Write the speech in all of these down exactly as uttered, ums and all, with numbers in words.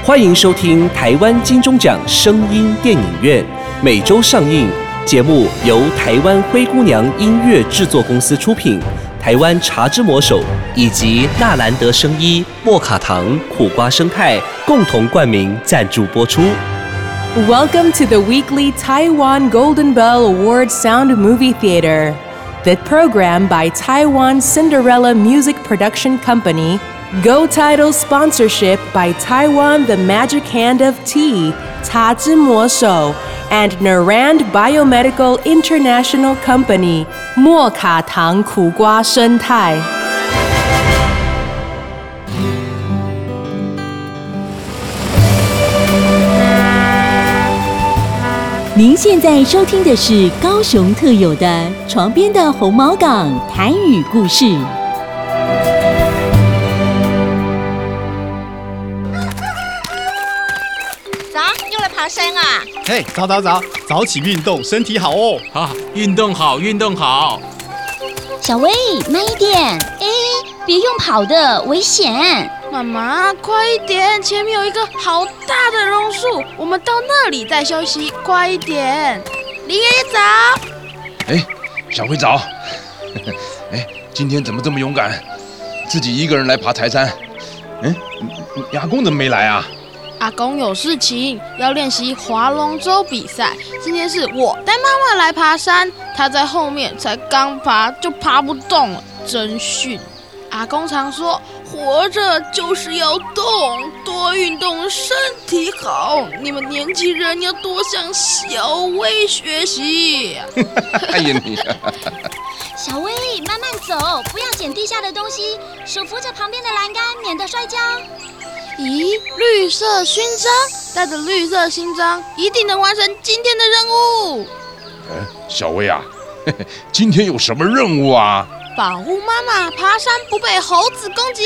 欢迎收听台湾金钟奖声音电影院，每周上映。节目由台湾灰姑娘音乐制作公司出品，台湾茶之魔手以及纳兰德生医、莫卡糖、苦瓜生态共同冠名赞助播出。 Welcome to the weekly Taiwan Golden Bell Award Sound Movie Theater. The program by Taiwan Cinderella Music Production Company. Go Title sponsorship by Taiwan The Magic Hand of Tea, 茶之魔手, and Naran Biomedical International Company, 莫卡糖苦瓜生态。 您现在收听的是高雄特有的床边的红毛港台语故事。 爬山啊！ 嘿，早早早，早起运动，身体好哦。 啊，运动好，运动好。 小薇，慢一点，哎，别用跑的，危险。 妈妈，快一点，前面有一个好大的榕树，我们到那里再休息，快一点。林爷爷早。 哎，小薇早。哎，今天怎么这么勇敢，自己一个人来爬柴山？嗯，你阿公怎么没来啊？ 阿公有事情要练习划龙舟比赛，今天是我带妈妈来爬山，她在后面才刚爬就爬不动了，真逊。阿公常说，活着就是要动，多运动身体好。你们年轻人要多向小薇学习。 哎呀你！ 小薇，慢慢走，不要捡地下的东西，手扶着旁边的栏杆，免得摔跤。 咦，绿色勋章，带着绿色勋章，一定能完成今天的任务。 哎，小薇啊，嘿嘿，今天有什么任务啊？ 保护妈妈爬山不被猴子攻击。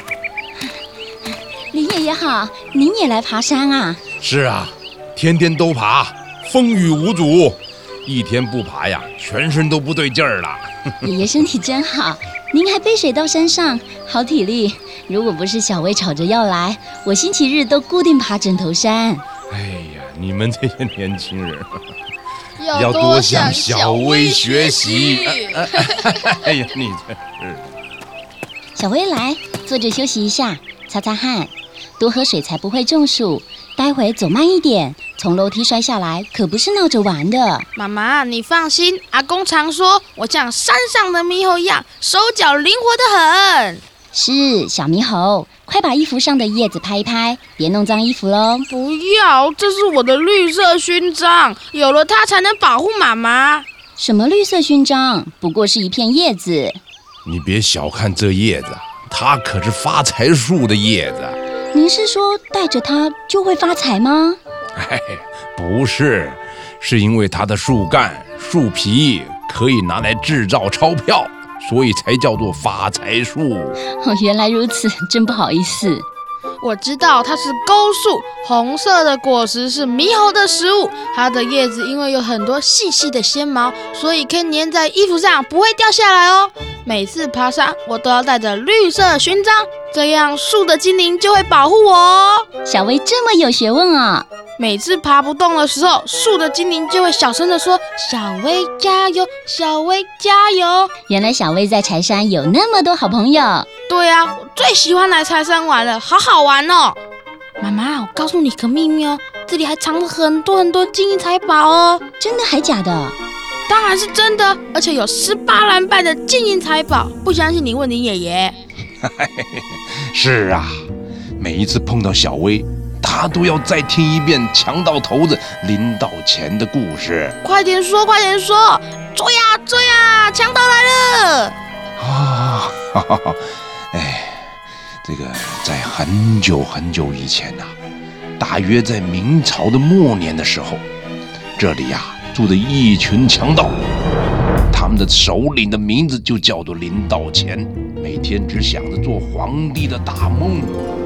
林爷爷好，您也来爬山啊？ 是啊，天天都爬，风雨无阻。一天不爬呀，全身都不对劲儿了。 爷爷身体真好，您还背水到山上，好体力。如果不是小薇吵着要来，我星期日都固定爬枕头山。 哎呀，你们这些年轻人要多向小薇学习。 哎呀，你这是。 小薇来，坐着休息一下，擦擦汗，多喝水才不会中暑。待会走慢一点，从楼梯摔下来可不是闹着玩的。 妈妈，你放心，阿公常说我像山上的猕猴一样，手脚灵活得很。 是，小猕猴，快把衣服上的叶子拍一拍，别弄脏衣服喽。 不要，这是我的绿色勋章，有了它才能保护妈妈。 什么绿色勋章？不过是一片叶子。 你别小看这叶子，它可是发财树的叶子。 您是说带着它就会发财吗？ 哎，不是，是因为它的树干、树皮可以拿来制造钞票。所以才叫做发财树。 哦，原来如此，真不好意思。 我知道它是钩树，红色的果实是猕猴的食物。它的叶子因为有很多细细的纤毛，所以可以粘在衣服上，不会掉下来哦。每次爬山，我都要带着绿色勋章，这样树的精灵就会保护我哦。 小薇这么有学问啊！ 每次爬不动的时候，树的精灵就会小声地说：“小薇加油，小薇加油。” 原来小薇在柴山有那么多好朋友。 对啊，我最喜欢来柴山玩了，好好玩哦。妈妈，我告诉你个秘密哦，这里还藏了很多很多金银财宝哦。 真的还假的？ 当然是真的，而且有十八蓝败的金银财宝。不相信你问你爷爷。 是啊，每一次碰到小薇，他都要再听一遍强盗头子林道乾的故事。 快点说，快点说！追呀追呀，强盗来了！ 啊，哈哈哈！哎，这个在很久很久以前呐、啊，大约在明朝的末年的时候，这里呀、啊、住着一群强盗，他们的首领的名字就叫做林道乾，每天只想着做皇帝的大梦。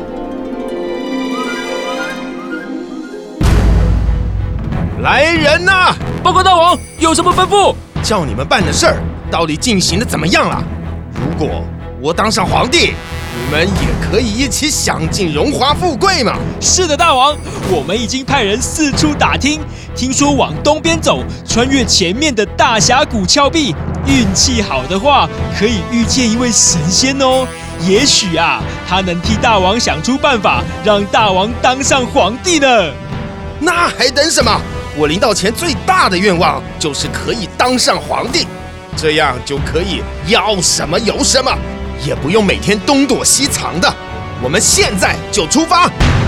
来人呐！ 报告大王，有什么吩咐？ 叫你们办的事儿到底进行的怎么样了？如果我当上皇帝， 们也可以一起享尽荣华富贵嘛。 是的，大王，我们已经派人四处打听，听说往东边走，穿越前面的大峡谷峭壁，运气好的话，可以遇见一位神仙哦。也许啊，他能替大王想出办法，让大王当上皇帝呢。 那还等什么？我临到前最大的愿望就是可以当上皇帝，这样就可以要什么有什么，也不用每天东躲西藏的。我们现在就出发。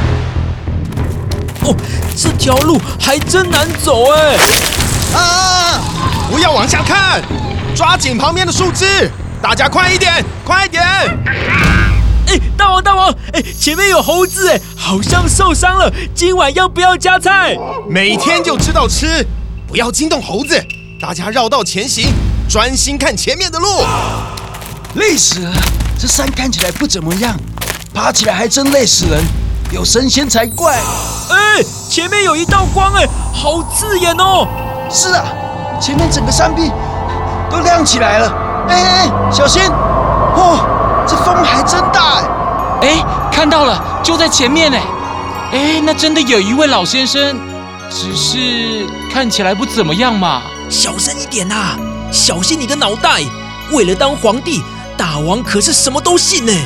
哦，这条路还真难走哎！ 啊！不要往下看，抓紧旁边的树枝。大家快一点，快一点！ 哎，大王大王，哎，前面有猴子哎，好像受伤了。今晚要不要加菜？ 每天就知道吃，不要惊动猴子。大家绕道前行，专心看前面的路。 累死了，这山看起来不怎么样，爬起来还真累死人，有神仙才怪。 哎，前面有一道光哎，好刺眼哦。 是啊，前面整个山壁都亮起来了。哎哎，小心！哦，这风还真大哎！ 哎，看到了，就在前面哎！哎，那真的有一位老先生，只是看起来不怎么样嘛。 小声一点呐、啊，小心你的脑袋！为了当皇帝，大王可是什么都信呢。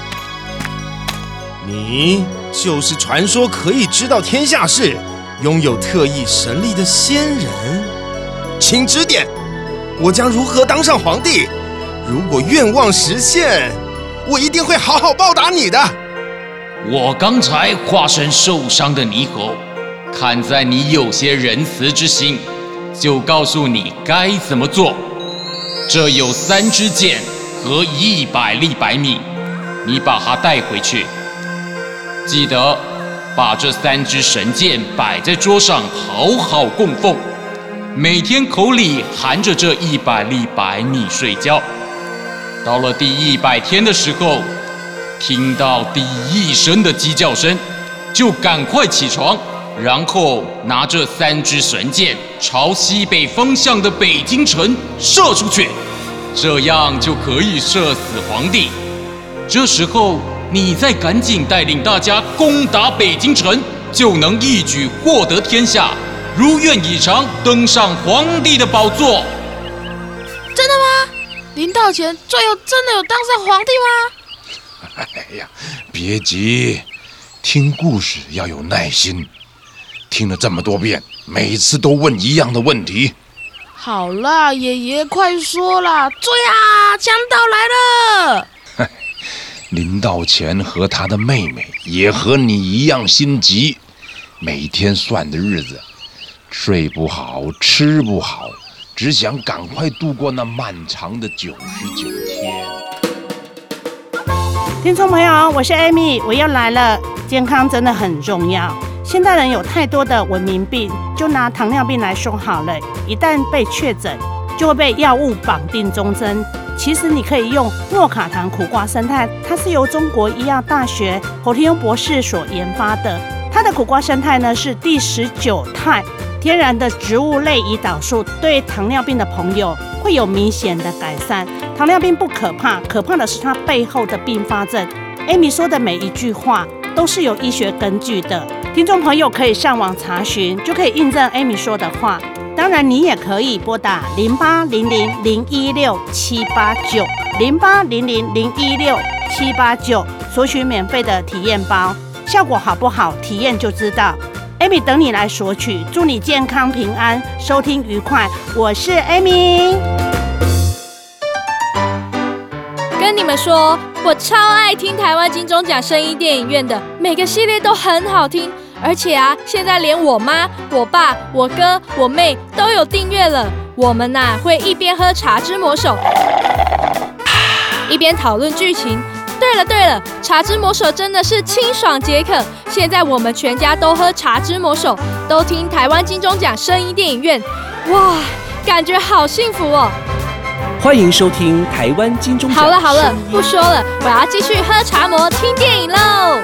你就是传说可以知道天下事、拥有特异神力的仙人，请指点。我将如何当上皇帝？如果愿望实现，我一定会好好报答你的。 我刚才化身受伤的猕猴，看在你有些仁慈之心，就告诉你该怎么做。这有三支箭和一百粒白米，你把它带回去。记得把这三支神箭摆在桌上，好好供奉。每天口里含着这一百粒白米睡觉，到了第一百天的时候，听到第一声的鸡叫声，就赶快起床，然后拿这三支神箭朝西北方向的北京城射出去，这样就可以射死皇帝。这时候你再赶紧带领大家攻打北京城，就能一举获得天下。如愿以偿，登上皇帝的宝座。 真的吗？临到前最后真的有当上皇帝吗？ 哎呀，别急，听故事要有耐心。听了这么多遍，每次都问一样的问题。 好啦，爷爷快说啦！追啊，强盗来了！ 临到前和他的妹妹也和你一样心急，每天算的日子。睡不好，吃不好，只想赶快度过那漫长的九十九天。 听众朋友，我是 Amy， 我又来了。健康真的很重要。现代人有太多的文明病，就拿糖尿病来说好了，一旦被确诊，就会被药物绑定终身。其实你可以用诺卡糖苦瓜胜肽，它是由中国医药大学侯天庸博士所研发的。它的苦瓜胜肽呢是第十九肽。天然的植物类胰岛素对糖尿病的朋友会有明显的改善。糖尿病不可怕，可怕的是它背后的并发症。Amy 说的每一句话都是有医学根据的，听众朋友可以上网查询，就可以印证 Amy 说的话。当然，你也可以拨打零八零零零一六七八九零八零零零一六七八九索取免费的体验包，效果好不好，体验就知道。Amy 等你来索取，祝你健康平安，收听愉快。我是 Amy。 跟你们说，我超爱听台湾金钟奖声音电影院的，每个系列都很好听，而且啊，现在连我妈、我爸、我哥、我妹都有订阅了。我们呐、啊、会一边喝茶之魔手，一边讨论剧情。对了对了，茶之魔手真的是清爽解渴。现在我们全家都喝茶之魔手，都听台湾金钟奖声音电影院，哇，感觉好幸福哦！ 欢迎收听台湾金钟奖。 好了好了，不说了，我要继续喝茶魔听电影喽。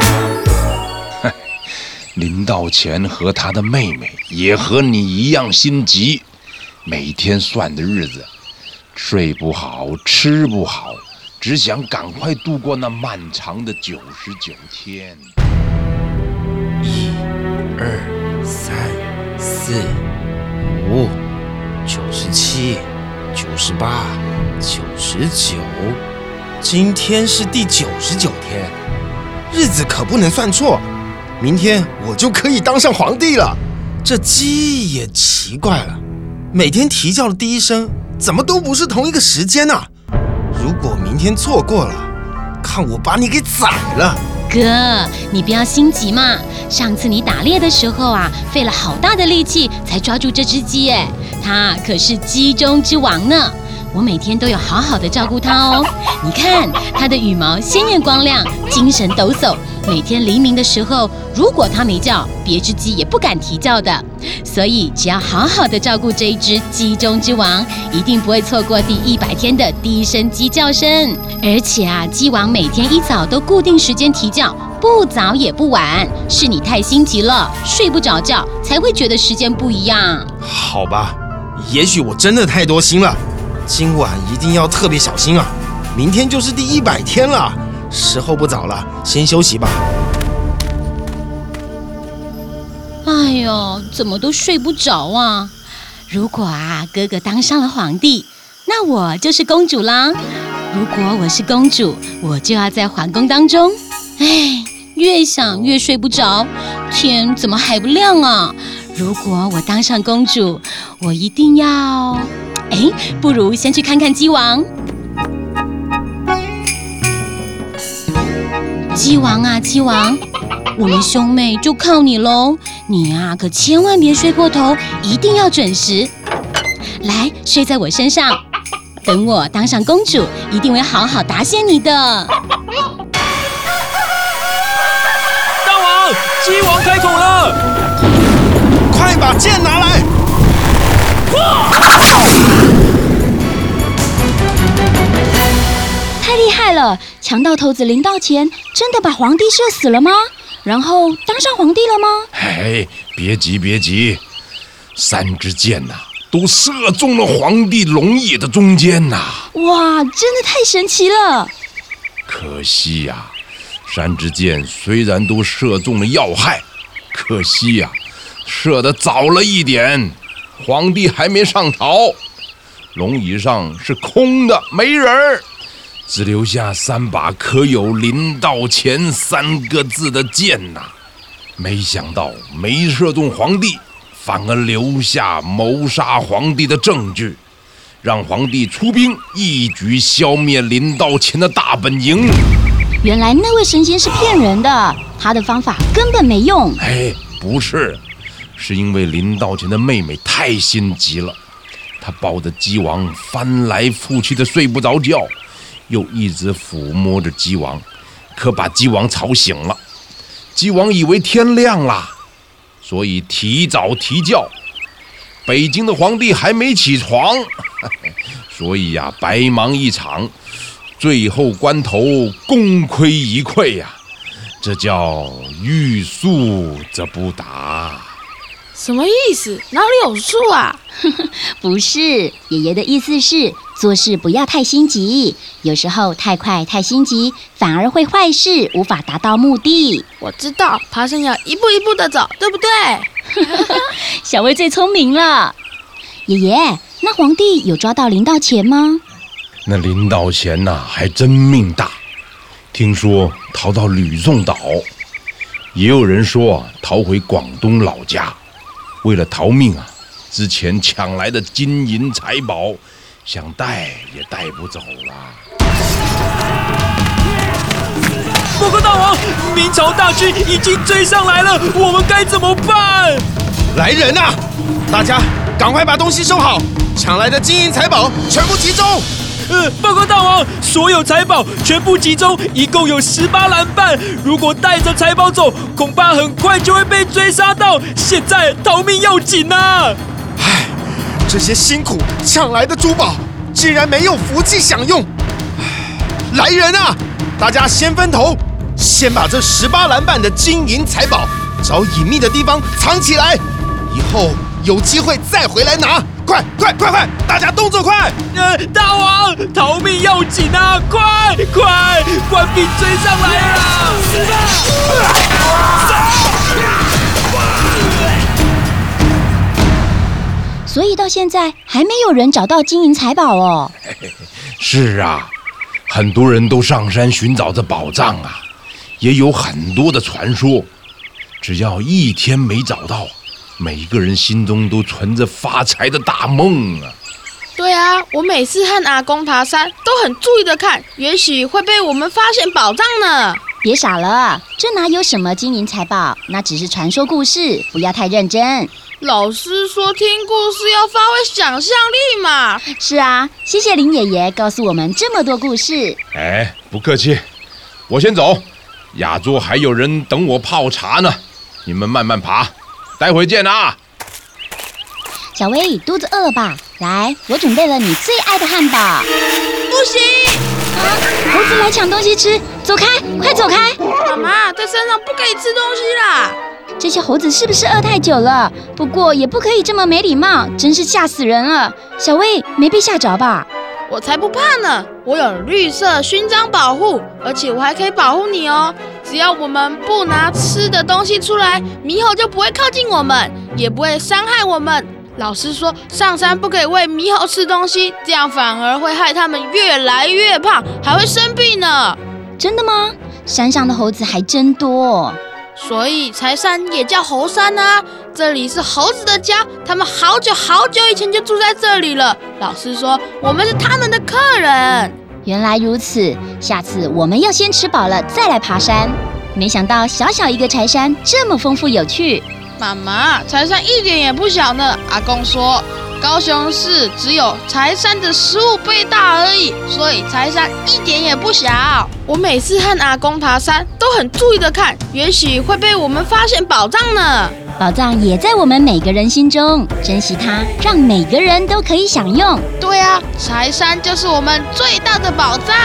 临到前和他的妹妹也和你一样心急，每天算的日子，睡不好，吃不好。 只想赶快度过那漫长的九十九天。 一、二、三、四、五、九十七、九十八、九十九，今天是第九十九天，日子可不能算错。明天我就可以当上皇帝了。这鸡也奇怪了，每天啼叫的第一声怎么都不是同一个时间啊？如果明天错过了，看我把你给宰了！ 哥，你不要心急嘛。上次你打猎的时候啊，费了好大的力气才抓住这只鸡耶，它可是鸡中之王呢。我每天都有好好的照顾它哦。你看它的羽毛鲜艳光亮，精神抖擞。每天黎明的时候，如果它没叫，别只鸡也不敢啼叫的。所以只要好好的照顾这一只鸡中之王，一定不会错过第一百天的第一声鸡叫声。而且啊，鸡王每天一早都固定时间啼叫，不早也不晚。是你太心急了，睡不着觉，才会觉得时间不一样。 好吧，也许我真的太多心了。今晚一定要特别小心啊！明天就是第一百天了，时候不早了，先休息吧。 哎呦，怎么都睡不着啊！如果啊，哥哥当上了皇帝，那我就是公主啦。如果我是公主，我就要在皇宫当中。哎，越想越睡不着，天怎么还不亮啊？如果我当上公主，我一定要……哎，不如先去看看鸡王。鸡王啊，鸡王，我们兄妹就靠你喽！你啊，可千万别睡过头，一定要准时。来，睡在我身上，等我当上公主，一定会好好答谢你的。 大王，鸡王开口了！ 快把剑拿来！ 太厉害了！强盗头子临到前真的把皇帝射死了吗？然后当上皇帝了吗？ 哎，别急别急，三支箭呐、啊，都射中了皇帝龙椅的中间呐、啊！ 哇，真的太神奇了！ 可惜呀、啊，三支箭虽然都射中了要害，可惜呀、啊，射得早了一点，皇帝还没上朝，龙椅上是空的，没人儿。只留下三把刻有临到前三个字的箭呐、啊，没想到没射中皇帝，反而留下谋杀皇帝的证据，让皇帝出兵一举消灭临到前的大本营。 原来那位神仙是骗人的，他的方法根本没用。 哎，不是，是因为临到前的妹妹太心急了，她抱着鸡王翻来覆去的睡不着觉。又一直抚摸着鸡王，可把鸡王吵醒了。鸡王以为天亮了，所以提早啼叫。北京的皇帝还没起床，所以呀、啊，白忙一场。最后关头，功亏一篑呀、啊，这叫欲速则不达。 什么意思？哪里有数啊？ 不是，爷爷的意思是做事不要太心急，有时候太快太心急，反而会坏事，无法达到目的。 我知道，爬山要一步一步的走，对不对？ 小薇最聪明了。爷爷，那皇帝有抓到临到前吗？ 那临到前呐、啊，还真命大，听说逃到吕宋岛，也有人说逃回广东老家。为了逃命啊，之前抢来的金银财宝，想带也带不走了。 报告大王，明朝大军已经追上来了，我们该怎么办？ 来人啊！大家赶快把东西收好，抢来的金银财宝全部集中。 呃，报告大王，所有财宝全部集中，一共有十八篮半。如果带着财宝走，恐怕很快就会被追杀到。现在逃命要紧啊！ 唉，这些辛苦抢来的珠宝，竟然没有福气享用。来人啊！大家先分头，先把这十八篮半的金银财宝找隐秘的地方藏起来，以后有机会再回来拿。 快快快快，大家动作快！ 呃，大王，逃命要紧啊！快快，官兵追上来了！ 所以到现在还没有人找到金银财宝哦。 是啊，很多人都上山寻找着宝藏啊，也有很多的传说。只要一天没找到，每一个人心中都存着发财的大梦啊。 对啊，我每次和阿公爬山都很注意的看，也许会被我们发现宝藏呢。 别傻了，这哪有什么金银财宝，那只是传说故事，不要太认真。 老师说听故事要发挥想象力嘛。 是啊，谢谢林爷爷告诉我们这么多故事。 哎，不客气，我先走，亚洲还有人等我泡茶呢，你们慢慢爬，待会见啊。 小薇，肚子饿了吧？来，我准备了你最爱的汉堡。 不行！ 啊，猴子来抢东西吃，走开，快走开！ 妈妈，在山上不可以吃东西啦。 这些猴子是不是饿太久了？不过也不可以这么没礼貌，真是吓死人了。小薇，没被吓着吧？ 我才不怕呢！我有绿色勋章保护，而且我还可以保护你哦。只要我们不拿吃的东西出来，猕猴就不会靠近我们，也不会伤害我们。老师说，上山不可以喂猕猴吃东西，这样反而会害它们越来越胖，还会生病呢。 真的吗？山上的猴子还真多。 所以柴山也叫猴山啊，这里是猴子的家，他们好久好久以前就住在这里了。老师说我们是他们的客人。 原来如此，下次我们要先吃饱了再来爬山。没想到小小一个柴山这么丰富有趣。 妈妈，柴山一点也不小呢。阿公说高雄市只有柴山的十五倍大而已，所以柴山一点也不小。我每次和阿公爬山都很注意的看，也许会被我们发现宝藏呢。 宝藏也在我们每个人心中，珍惜它，让每个人都可以享用。 对啊，柴山就是我们最大的宝藏。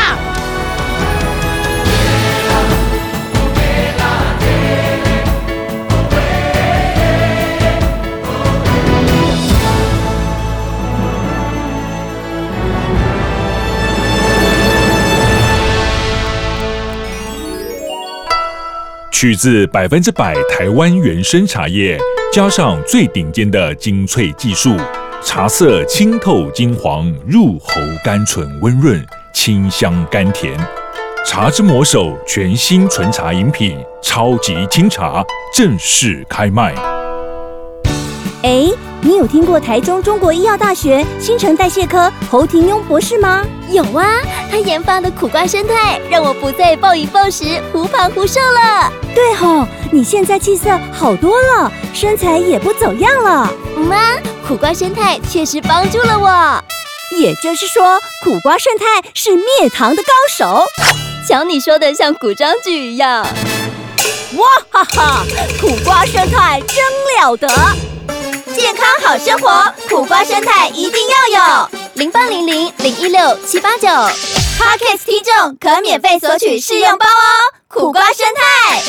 取自百分之百台湾原生茶叶，加上最顶尖的精粹技术，茶色清透金黄，入喉甘醇温润，清香甘甜。茶之魔手全新纯茶饮品，超级清茶正式开卖。 哎，你有听过台中中国医药大学新陈代谢科侯廷庸博士吗？ 有啊，他研发的苦瓜生态让我不再暴饮暴食、忽胖忽瘦了。 对吼，你现在气色好多了，身材也不走样了。 嗯啊，苦瓜生态确实帮助了我。 也就是说，苦瓜生态是灭糖的高手。 瞧你说的像古装剧一样。 哇哈哈，苦瓜生态真了得！ 健康好生活，苦瓜生态一定要有。零八零零零一六七八九 ，Podcast 听众可免费索取试用包哦。苦瓜生态，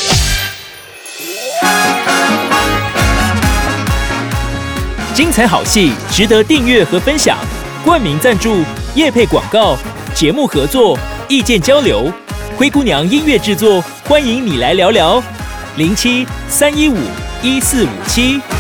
精彩好戏值得订阅和分享。冠名赞助、业配广告、节目合作、意见交流，灰姑娘音乐制作，欢迎你来聊聊。零七三一五一四五七。